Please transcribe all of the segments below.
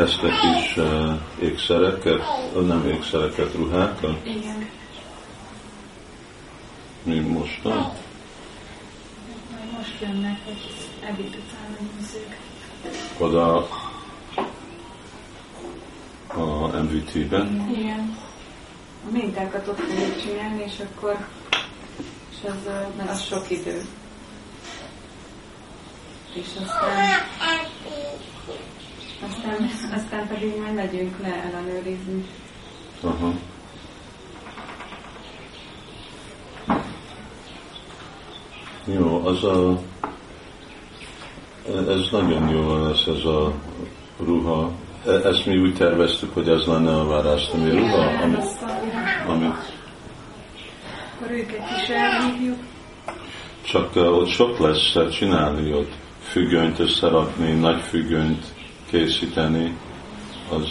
tesztek is ékszereket, nem ékszereket, ruhákat? Igen. Mi mostan? Majd most jönnek, hogy ebéd után nézzük. Oda a MVT-ben? Igen. A mintákat ott fogjuk csinálni, és akkor mert az sok idő. És aztán pedig majd megyünk le ellenőrizni. Aha. Jó, ez nagyon jó lesz ez a ruha. Ezt mi úgy terveztük, hogy ez lenne a várásztomi ruha, amit akkor őket is elhívjuk. csak ott sok lesz csinálni, ott függönyt összerakni, nagy függönyt készíteni, az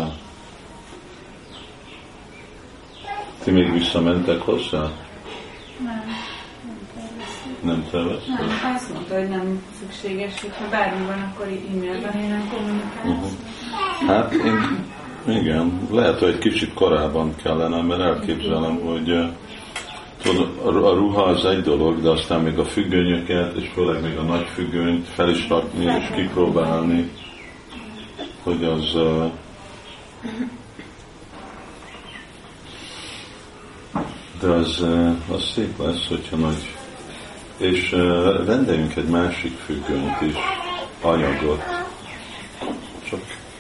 ti még visszamentek hozzá? Nem terveztek? Nem, azt mondta, hogy nem szükséges, hogyha bármi van, akkor e-mailben én nem kommunikálok. Hát igen, lehet, hogy egy kicsit korábban kellene, mert elképzelem, hogy tudod, a ruha az egy dolog, de aztán még a függönyöket, és főleg még a nagy függönyt fel is rakni és kipróbálni, hogy az de az szép lesz, hogyha nagy. És rendeljünk egy másik függönyt is, anyagot. Csak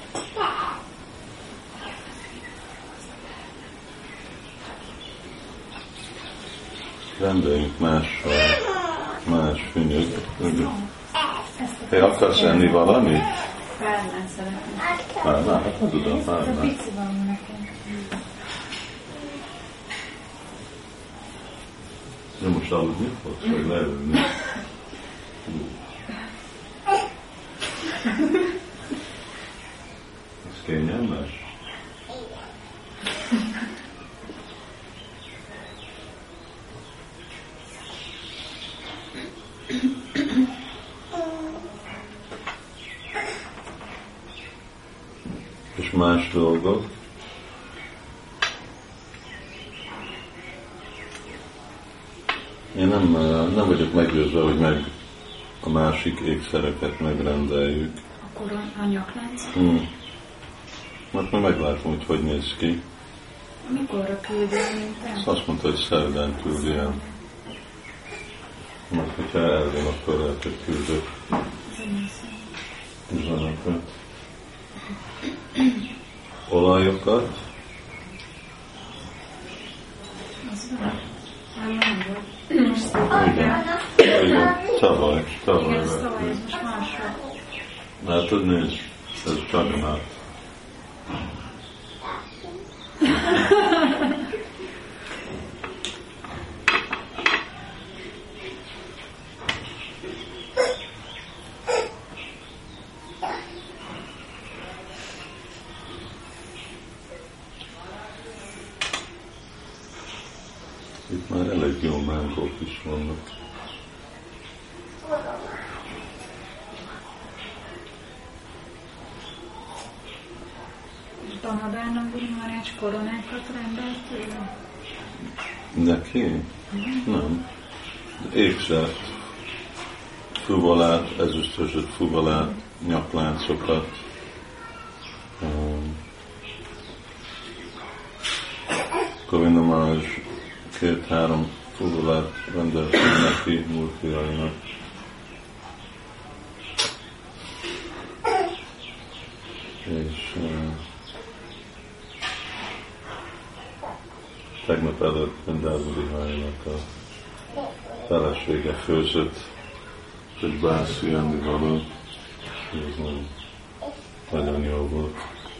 rendeljünk más függönyt. Te akarsz enni valamit? Párnát szeretném. Párnát? Hát nem tudom, párnát. Pici van nekem. De most aludni fogsz, vagy leülni? Ez kényelmes? És más dolgok? Én nem vagyok meggyőzve, hogy meg a másik ékszereket megrendeljük. Akkor a nyaklánc? Mert majd meglátom, hogy néz ki. Mikorra küldi a mintát? Azt mondta, hogy szerdán küldi el. Mert hogyha eljön, akkor lehet, hogy küldök üzenetet. Olajokat. Nem volt. Most Igen, tavaly igen, ez tavaly, vettük. ez most másra. Látod, nézd, ez Jagannath. Itt már elég jó mángók is vannak. És Danadának Guru Maharaj koronákat rendelt tőle? Neki? Nem. Ékszert, fuvolát, ezüstösött fuvolát, nyakláncokat. Govinda Maharaj 2-3 fuvolát rendelt neki, Murthyainak. És tegnap előtt Vrindavan-Viharinak a felesége főzött egy bászi ennivaló, ez nagyon jó volt.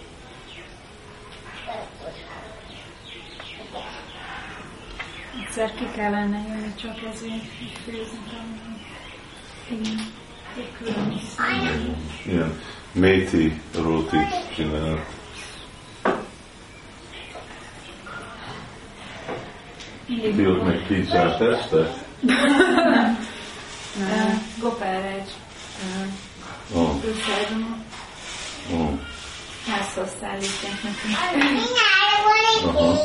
Egyszer ki kellene jönni csak ezért, hogy főzni tanulni. Igen, egy külön is szól. Ilyen méti rótit csinált. Ti ott meg pizzát tesztek? Gopárács. Oh. Őszállom. Oh. házhoz szállítják nekünk. Aha.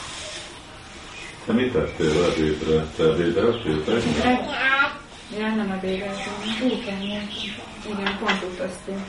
Te mit tettél a ebédre? Te ebédeltél tegnap? Ja, nem ebédeltünk. Igen, pont utaztunk.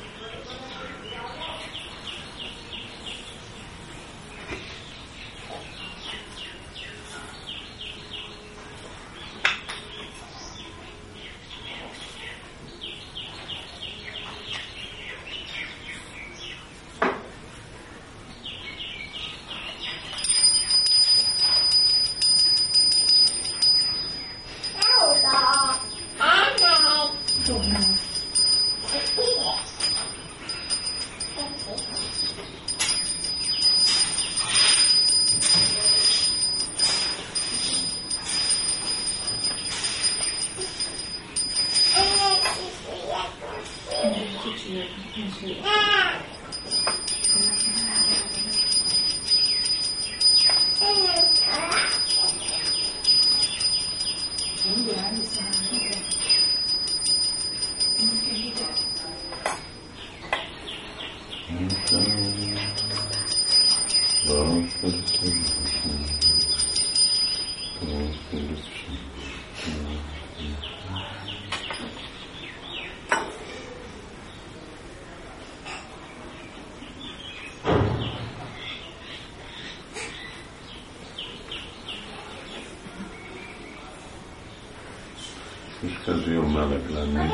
És kezd jó meleg lenni.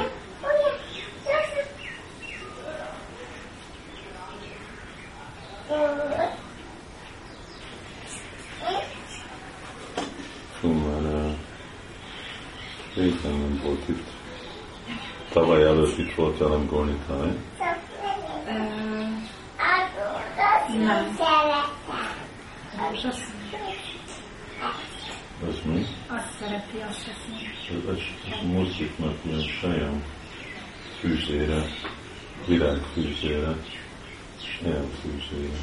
Már régen nem volt itt. Tavaly előtt itt volt velem Gornitáj. Nem. Ez mi? Azt szereti, azt hiszem. Ez muzsiknak ilyen saját fűzére, virágfűzére, ilyen fűzére.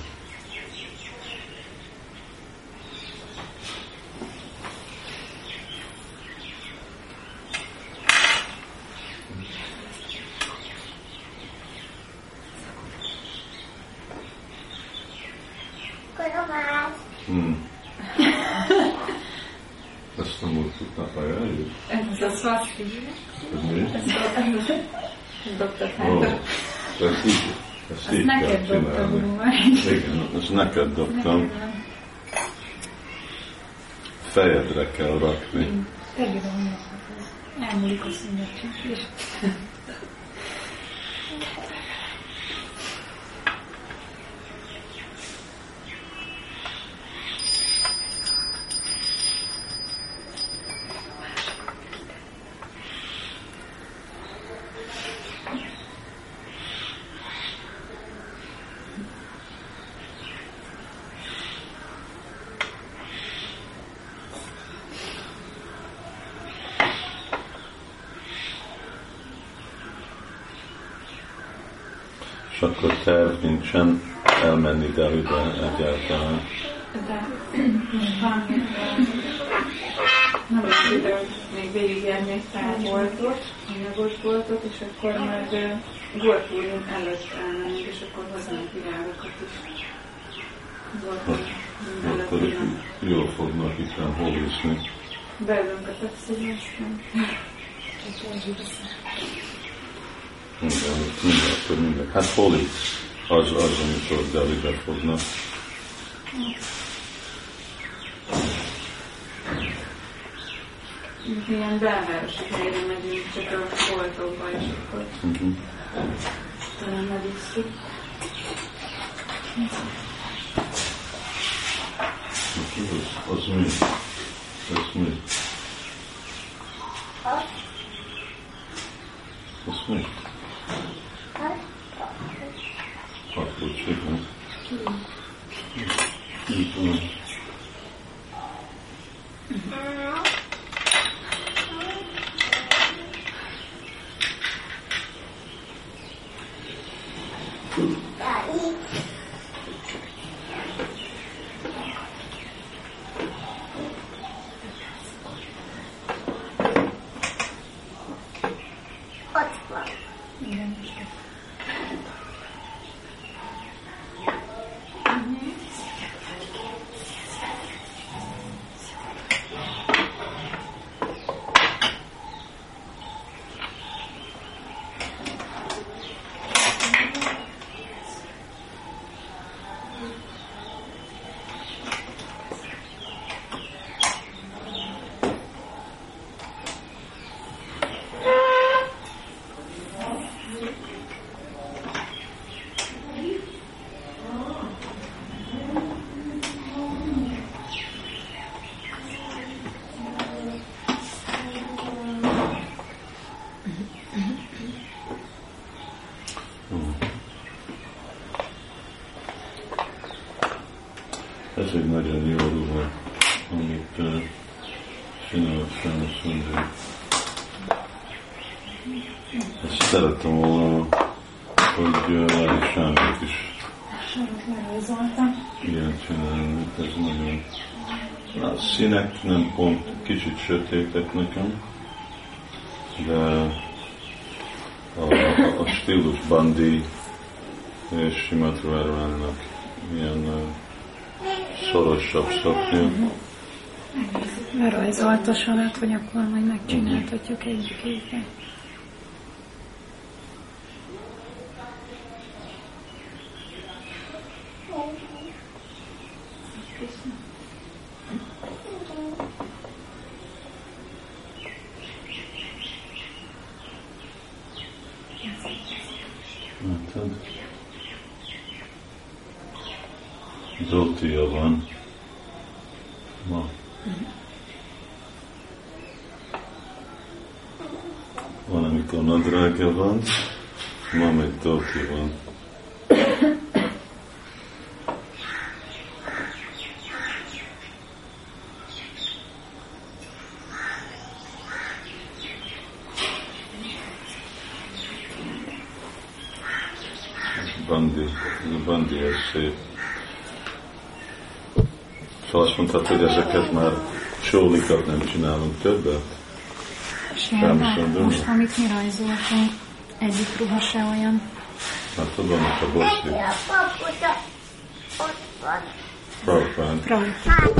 Ezt a muzsiknak ajánljuk? Ez a szvaszti. Ez mi? Ez dobtad Ó, hát. ez így. Ezt így kell Neked dobtam, csinálni. Igen, ezt neked dobtam. Fejedre kell rakni. Tegyenem, elmúlik a szünnetség. És akkor terv nincsen elmenni Delhibe egyáltalán. De valamit nem lesz idő még végigjárni egy pár boltot, anyagos boltot, és akkor majd Gorpúrin előtt elmenni, és akkor hozzánk virágokat is. Akkor jól fognak itt holizni. Beülünk a taxiba, aztán Minden. Hát holi az, amikor Delhibe fognak. ilyen belvárosi helyre megyünk, csak a boltokba, és akkor talán megisszuk. Az mi? Ez mi? Ez mi? Papucsik, nem? ez egy nagyon jó ruha, amit csinál Svámi. Ezt szeretem volna, hogy Sámik is ilyen csinálni. Ez nagyon... A színek nem pont, kicsit sötétek nekem, de a stílus Bandi és Simatvarvának ilyen szorosabb szoknya. Lerajzolta Sanát, hogy akkor majd megcsináltatjuk egyik évben. Dótia van ma. Van, amikor nadrágja van, ma meg dóti van. Bandi, ez szép. Szóval azt mondtad, hogy ezeket már sólikat nem csinálunk többet? Sem, most amit mi rajzoltunk, egyik ruha se olyan. Hát tudom, hogy a bosszi. Prabhupád.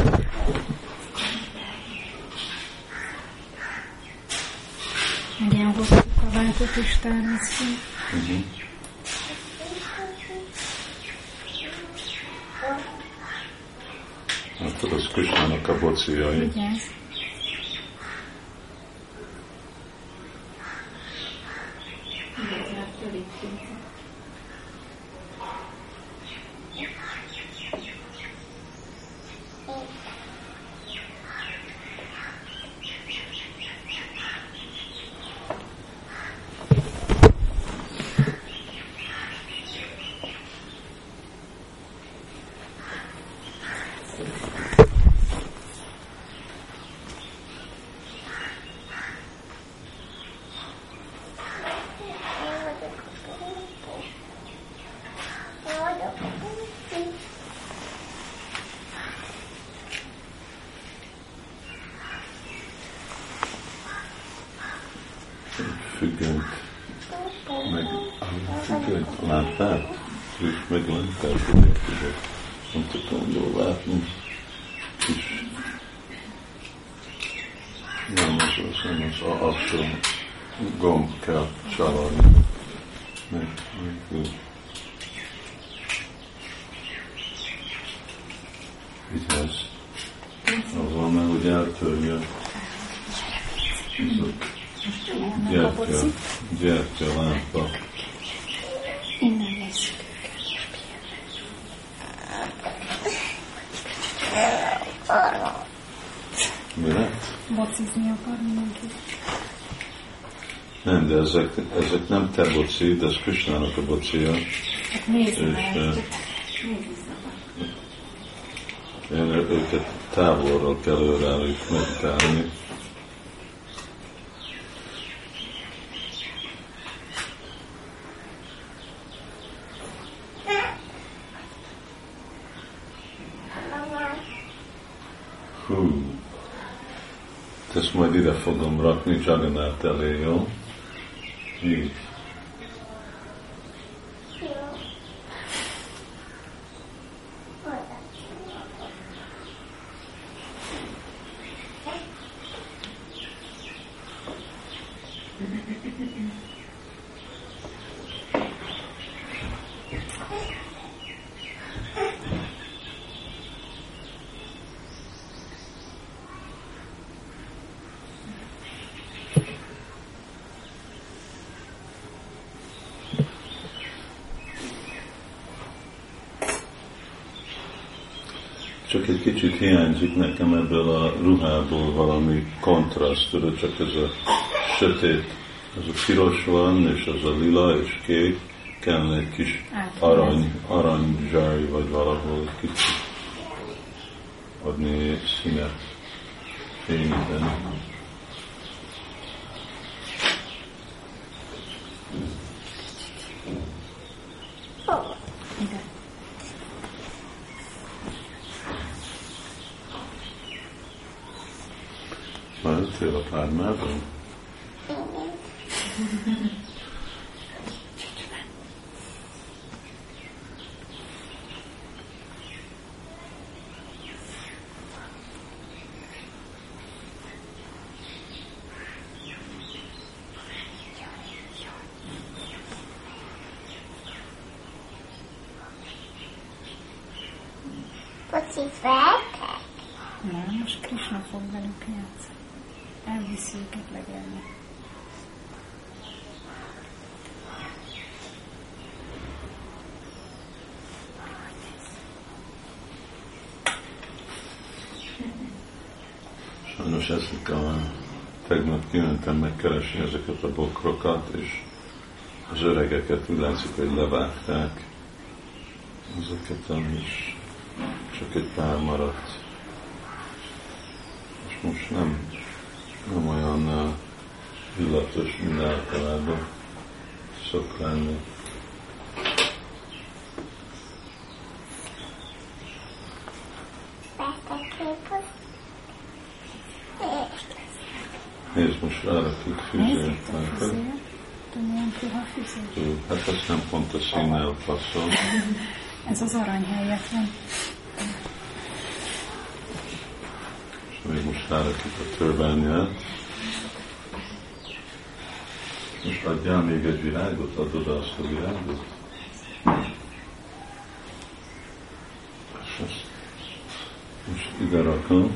Egy ilyen hosszú kabátot is terveztünk. Hát az Krisnának a bociai. Igen. Függönyt, meg függönyt láttál? És megláttál függönyt. Nem tudtam jól látni. Kis... Nem az alsó gomb kell csalani. Meg úgy. Vigyázz. Azon meg, hogy eltörje. Gyertya lámpa. Innen lesz. Mi lett? Bocizni akar mindenki. Nem, de ezek nem te boci, de ez Krisnának a bocia. Hát nézzük meg. Én őket távolról kell őrálljuk meditálni. Ezt majd ide fogom rakni Jagannath elé, jó? Így. Csak egy kicsit hiányzik nekem ebből a ruhából valami kontraszt, tudod, csak ez a sötét, ez a piros van, és az a lila és kék, kellene egy kis arany zsáj, vagy valahol kicsit. adni színet, fényíteni. Ide. Már jöttél a pármában? Na, most Krishna fog velük játszani. Elviszi őket legelni. Sajnos tegnap kimentem megkeresni ezeket a bokrokat, és az öregeket úgy látszik, hogy levágták. Ezeket is csak egy pár maradt. És most nem olyan illatos, mint általában szok lenni. Nézd, most rárakjuk füzért. Milyen puha füzér? Hát ezt nem pont a színnel passzol. Ez az arany helyett van. És még most rárakjuk a törbányát. Most adjál még egy virágot, add oda azt a virágot. És ezt most ide rakom.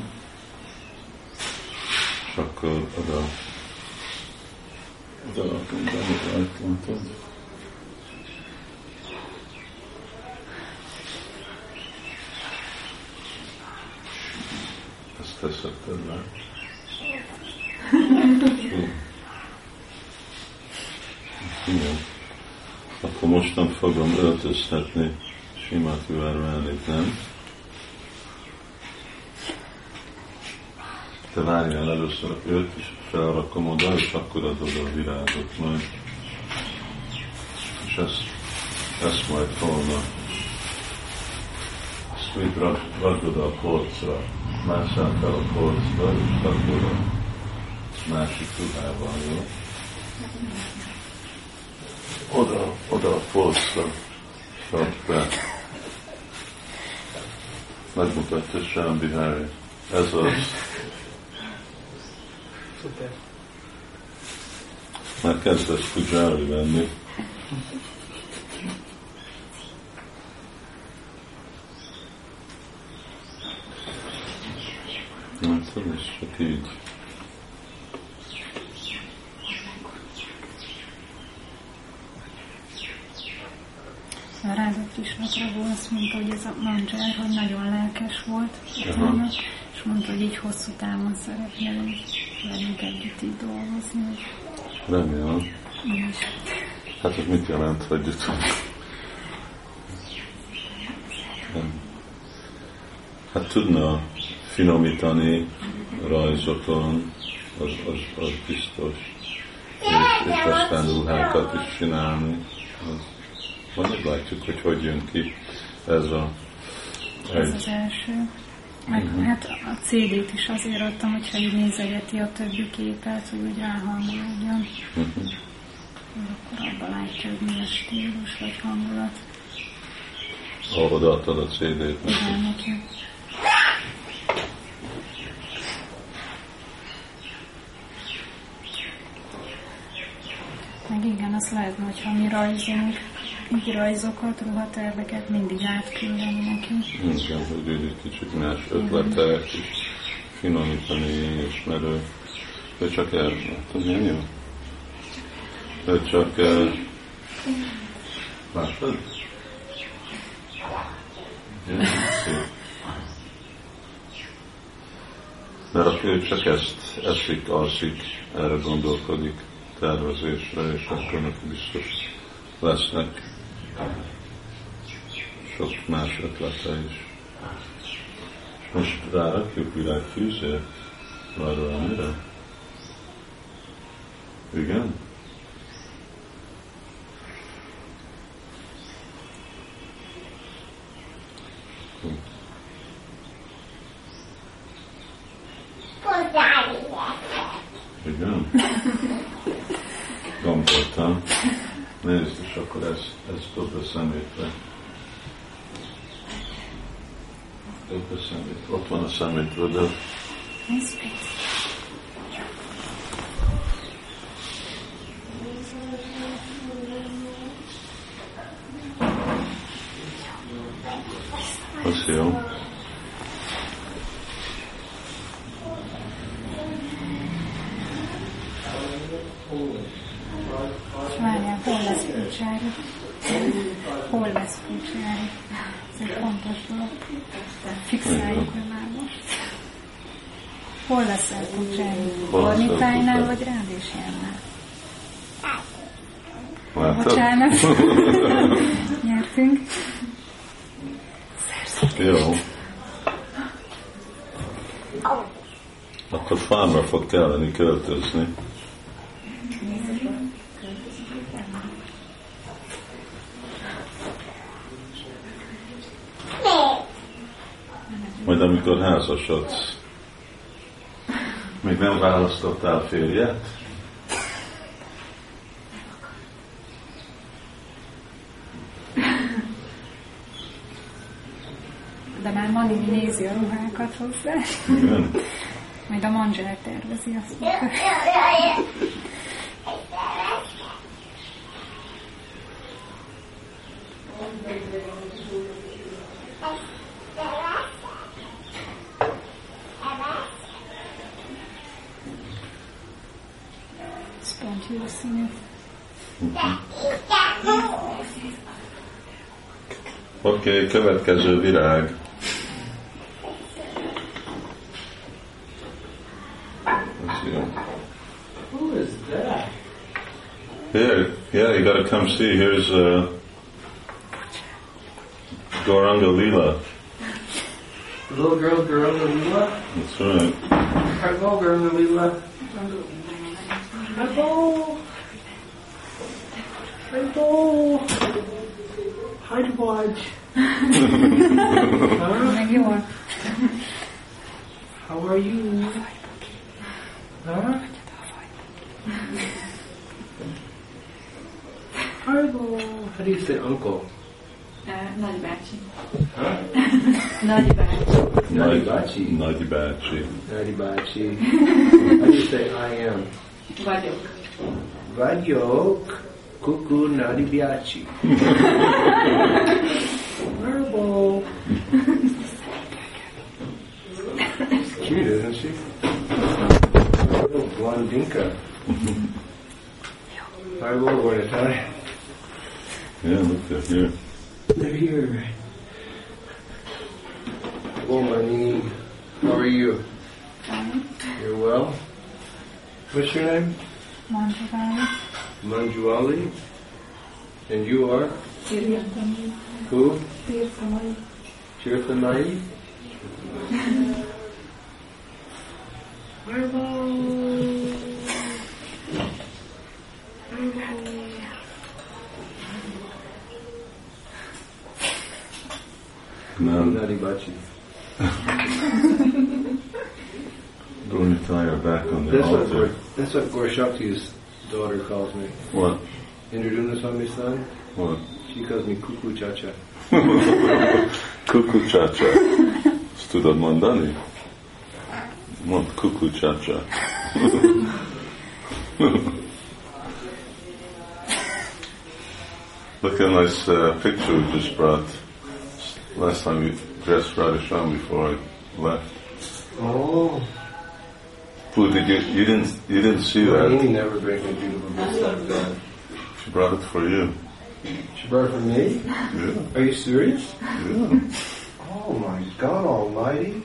És akkor oda rakom be, amit elmondtad. Ezt teszetted le. Igen. Akkor mostan fogom öltöztetni Simát Vivárvánit, nem? Te várjál először őt, és felrakom oda, és akkor adod a virágot majd. És ezt majd holnap. Ezt még rakod a polcra. Másszál fel a polcra, és rakod a másik ruhával, jó? Oda a polcra rakd be. Megmutatja Shyam Bihari. Ez az. Szuper. Már kezdesz pujári lenni. Hát ez csak így. A Rádat is Naprabhu azt mondta, hogy ez a Mandzsár, hogy nagyon lelkes volt, és mondta, hogy így hosszú távon szeretne velünk együtt így dolgozni. Remélem. És Hát ez mit jelent, hogy itt? Hát tudna finomítani rajzokon, az biztos. És aztán ruhákat is csinálni. Majd látjuk, hogy jön ki ez ez az első. Meg hát a CD-t is azért adtam, hogyha így nézegeti a többi képet, hogy úgy elhangolódjon. Akkor abban látja, hogy mi a stílus vagy hangulat. Odaadtad a CD-t neki. Meg igen, azt lehetne, hogyha mi rajzolunk, így rajzokat, ruhaterveket mindig átküldeni neki. Igen, hogy egy kicsit más ötletek is finomítani, és mert ő csak tudja, jó? Ő csak látod? Szép. Mert ő csak ezt eszik, alszik, erre gondolkodik tervezésre, és akkor neki biztos lesznek sok más ötlete is. Most rárakjuk virágfűzért Radharámira? Igen? Igen? Gondoltam. Nézd, és akkor ez dob a szemétre. Dob a szemét. Ott van a szemétre, de... Az jó. Várjál, hol lesz fúcsári? Hol lesz fúcsári? Ez egy fontos dolog. Fixáljuk le már most. Hol leszel fúcsári? Hornitájnál vagy Rádésjánál? Bocsánat. Nyertünk. Jó. Akkor fámra fog kelleni költözni. Majd amikor házasodsz, még nem választottál férjet? De már Manini nézi a ruhákat hozzá. Igen. Majd a Manzsel tervezi azt. Spongy színű. Oké, következő virág. Who is that? Here, yeah, you gotta come see. Here's Gauranga Lila. Little girl, Gauranga Lila? That's right. Hello, Gauranga Lila. Hello. Hello. Hi, Dwaj. Meg jól. How are you? Huh? Hello. How do you say uncle? Nagybácsi. Huh? Nagybácsi. Nadi Bachi. Nadi Bachi. Nadi Bachi. How do you say I am? Vagyok. Vagyok. Kuku Nadi Bachi. Marble. Cute, isn't she? Little blondinka. Marble, we're in Italian. Yeah, look at here. They're here. Oh, Mani. How are you? You're well? What's your name? Manzsel. Manjuali. And you are? Tirtamai. Who? Tirtamai. Tirthanai? Nadi Bachi. Don't you tie her back on the altar? That's what Gorshakti's daughter calls me. What? Indraduna Swami son, What? she calls me Kuku Chacha. Kuku Chacha. Ezt tudod mondani? Mondd Kuku Chacha. Look at a nice picture we just brought. Last time we dressed Radhisham before I left. Oh. Pooh, you didn't see that? He never brings me beautiful gifts like that. She brought it for you. She brought it for me? Yeah. Are you serious? Yeah. Oh my God Almighty!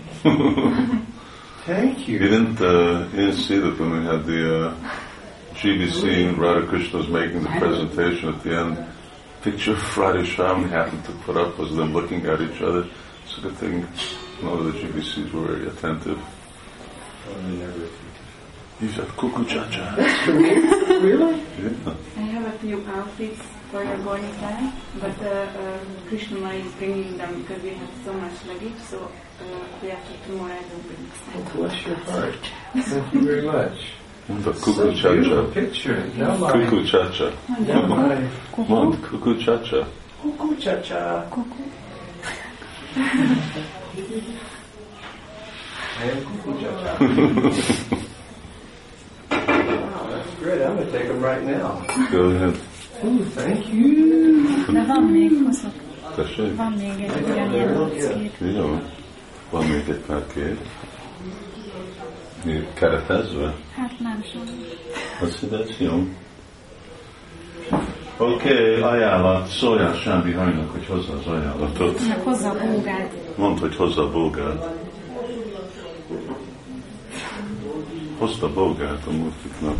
Thank You you. didn't see that when we had the GBC and Radha Krishna was making the presentation at the end. Picture of Radha Sham happened to put up was them looking at each other. It's a good thing No, the GBCs were very attentive. I never. You said cuckoo cha-cha. Really? Yeah. I have a few outfits for your going time, but Krishna is bringing them because we have so much luggage, so after tomorrow I don't bring Oh, bless your heart. Thank you very much. The So cuckoo beautiful cha-cha. picture. Now Cuckoo cha-cha. my Come on, cuckoo cha-cha. cuckoo cha-cha. I am cuckoo cha-cha. Wow, that's great. I'm going to take them right now. Go ahead. Oh, thank you. De van még hozok. Tessék? Van még egy ugyanilyen lackét. Jó. Van még egy pár kép. Mi keretezve? Hát nem sajnos. Azt hiszed, jó. Oké, ajánlat. Szóljál Sámbi Hajnak, hogy hozza az ajánlatot. Meg hozza a bógát. Mondd, hogy hozza a bógát. Hozd a bógát a multiknak.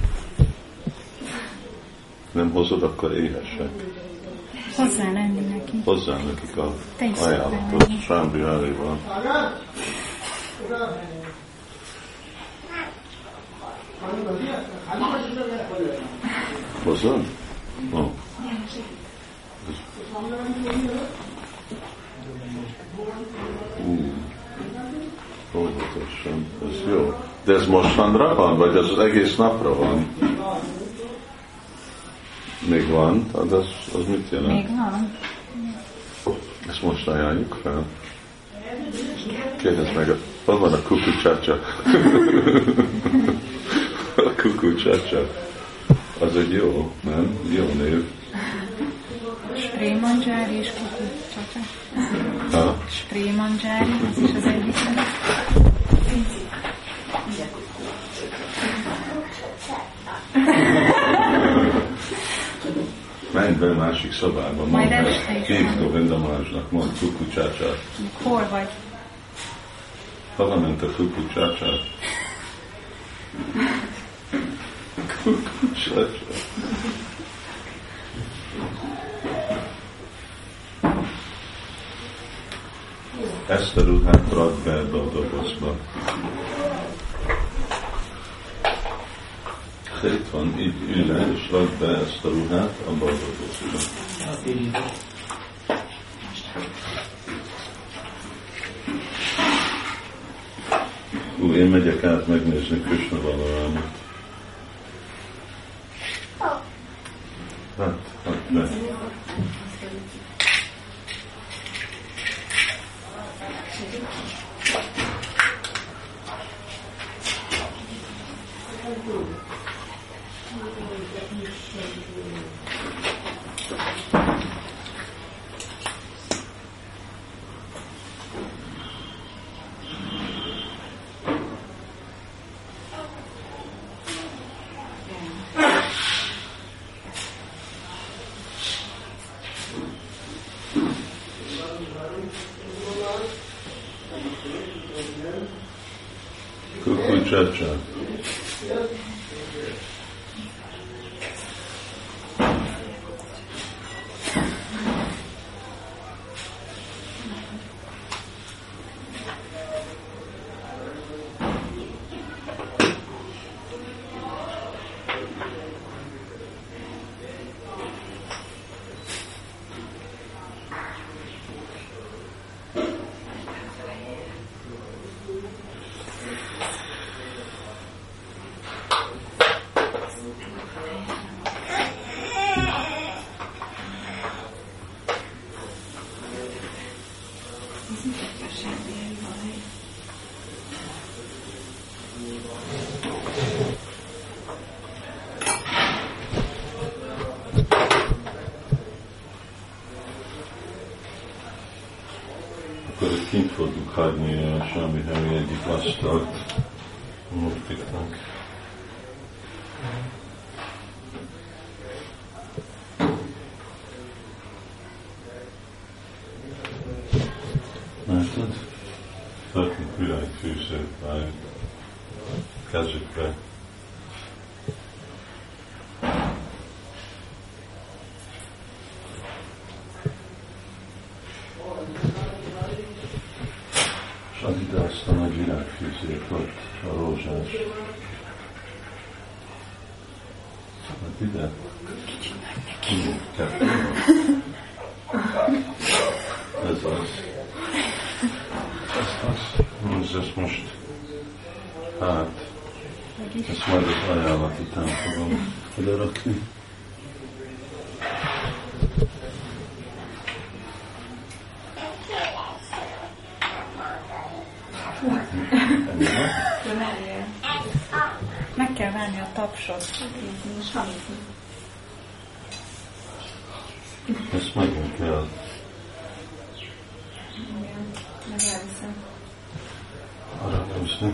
Nem hozod, akkor éhesek. Hozzá lenni neki. Hozzá nekik a Te is ajánlatot. szoktál Sámbi Hajval. Hozod? No. Óvatosan, ez jó. De ez mostanra van, vagy ez az egész napra van? Még van? Tehát az mit jelent? Még van. Ezt most ajánljuk fel. Kérdezd meg, hol van a kukucsácsa? A kukucsácsa. Az egy jó, nem? Jó név. Sprémandzsári és kukucsácsa. Ha? Sprémandzsári, ez is az egyik. Menj be a másik szobába, Majd mondd este el. is Hívd mondom. Govinda Maharajnak, mondd kukucsácsát. Hol vagy? Hova ment a kukucsácsát? Kukucsácsát. Ezt a ruhát rakd be ebbe a dobozba. Itt van, így ülj le, és rakd be ezt a ruhát abba a dobozba. Én megyek át megnézni Krishna Balarámot. Hát be. Kukucsácsá. Akkor itt kint fogjuk hagyni a Sámi Hari egyik asztalt a multiknak. Látod? Tartunk világfűzőt már. Kezdjük be. bocsás. Hát ide. Igen, kettő. Ez az. Ez most. Hát. Ezt majd az ajánlat után fogom odarakni. Meg kell várni a tapsot. Ezt megint kell. Igen, meg elviszem. Arra húzni.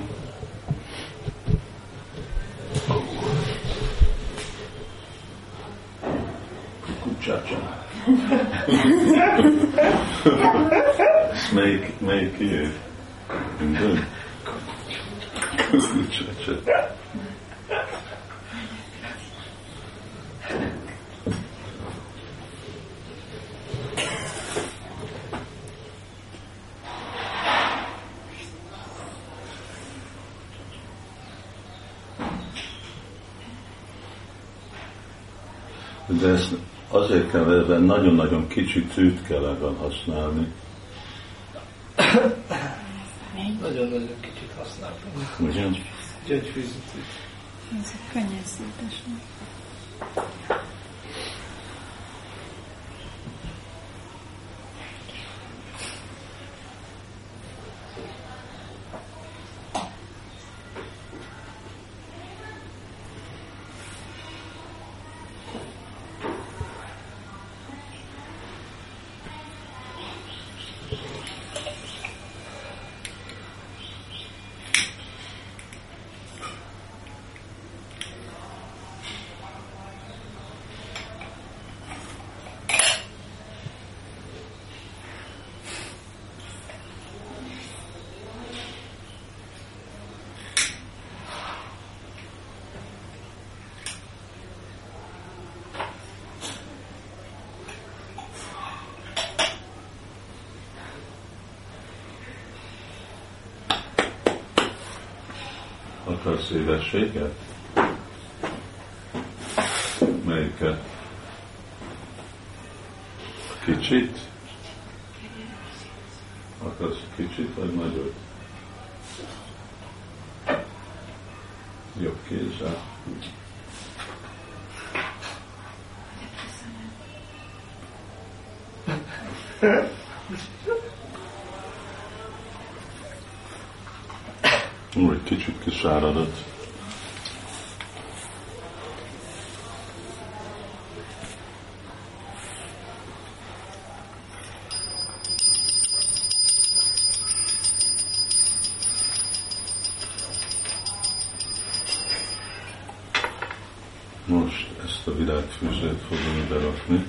Kucsácsa. Ezt melyik kijön? Minden? Kucsácsa. De ezt azért kell ebben nagyon-nagyon kicsi tűt kell ebben használni. Nagyon-nagyon kicsit használunk. Ugyan? Gyöngyfűzítő. Ez a könnyezítés. Akarsz édességet? Melyiket? Kicsit? Akarsz kicsit vagy nagyot? Jobb kézzel. Egy kicsit kisáradott. Most ezt a virágfűzőt fogom ide rakni.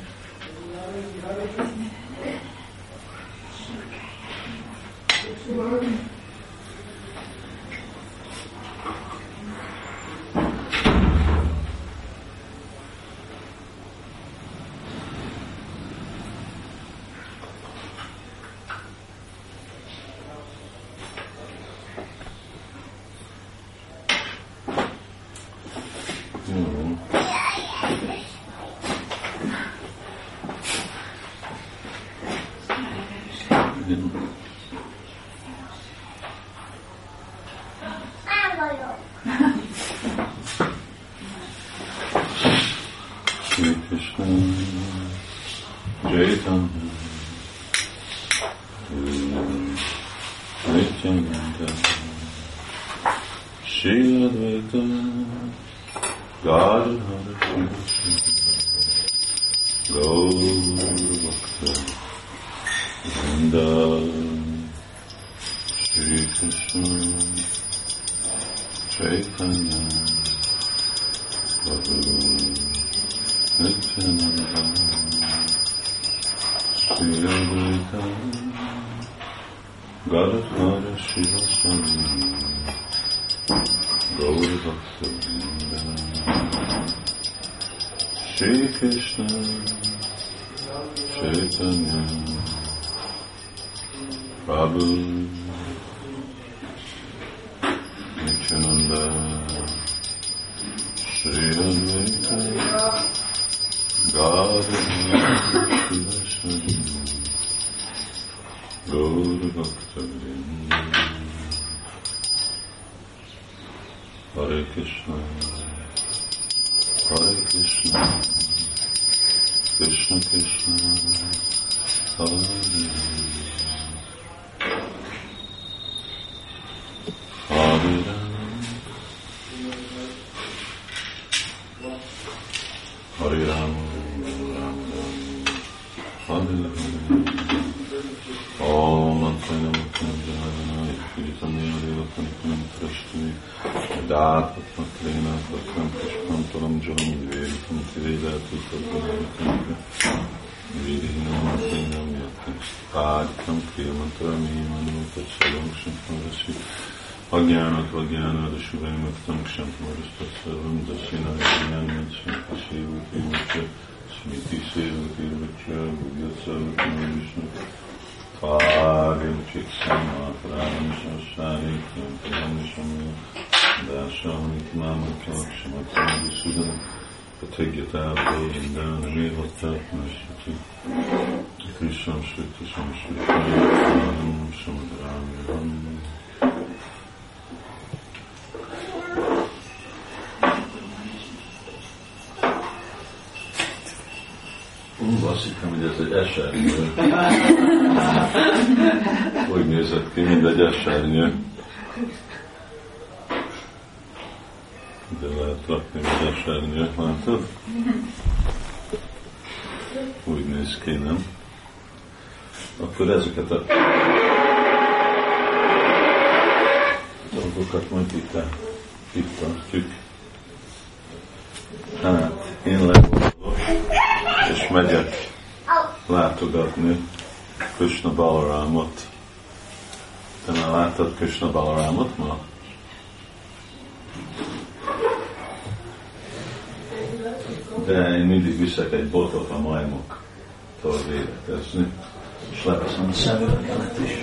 Shri Krishna Chaitanya Nityananda Shri Advaita Gadadhara Gaur Bhakta Vrinda Shri Krishna Chaitanya Prabhu Nityananda Shri Advaita Gadadhara Shivaswami Gaur Bhakta Vrinda Shri Krishna Chaitanya Prabhu Nityananda Govinda Shri Advaita Gadadhara Gaura Bhakta-vrinda Hare Krishna Krishna Krishna Hare Hare Hare Rama Hare Rama Om Antaya Mukhanjana Kirtanya Devakanam Prashti Dhat Patmakrena Patram Pushpam Taram Jalam Vedam Tivedatu Tadvanakam Vidhinam Atrinam Yatam Padkam Kriyamantrami Manu Tatsalam Shantamasi Agyanat Vagyanat Shubhaimaktam Kshantamarastat Sarvam Dasina Vidyanat Shankasevati Mukha Smiti Sevati Vacha Gugyatsa Vishnu Tvarim Chiksama Pranam Shashari Kyantaram Shamya Dasham Nitmama Kalakshamatam Visuddham Patigyata Vayindana Mevatat Nashiti Krisham Shvita Samshvita Pranam Samadram Yavam Azt hittem, hogy ez egy esernyő. Úgy nézett ki, mint egy esernyő. De lehet rakni az esernyő, látod? Úgy néz ki, nem? Akkor ezeket a dolgokat majd itt tartjuk. Hát, én legalább és megyek látogatni Krishna Balaramot. Te már láttad Krishna Balaramot ma? De én mindig viszek egy botot a majmoktól védekezni, és leveszem a szemüvegemet is.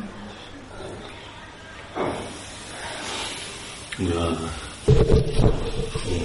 Yeah.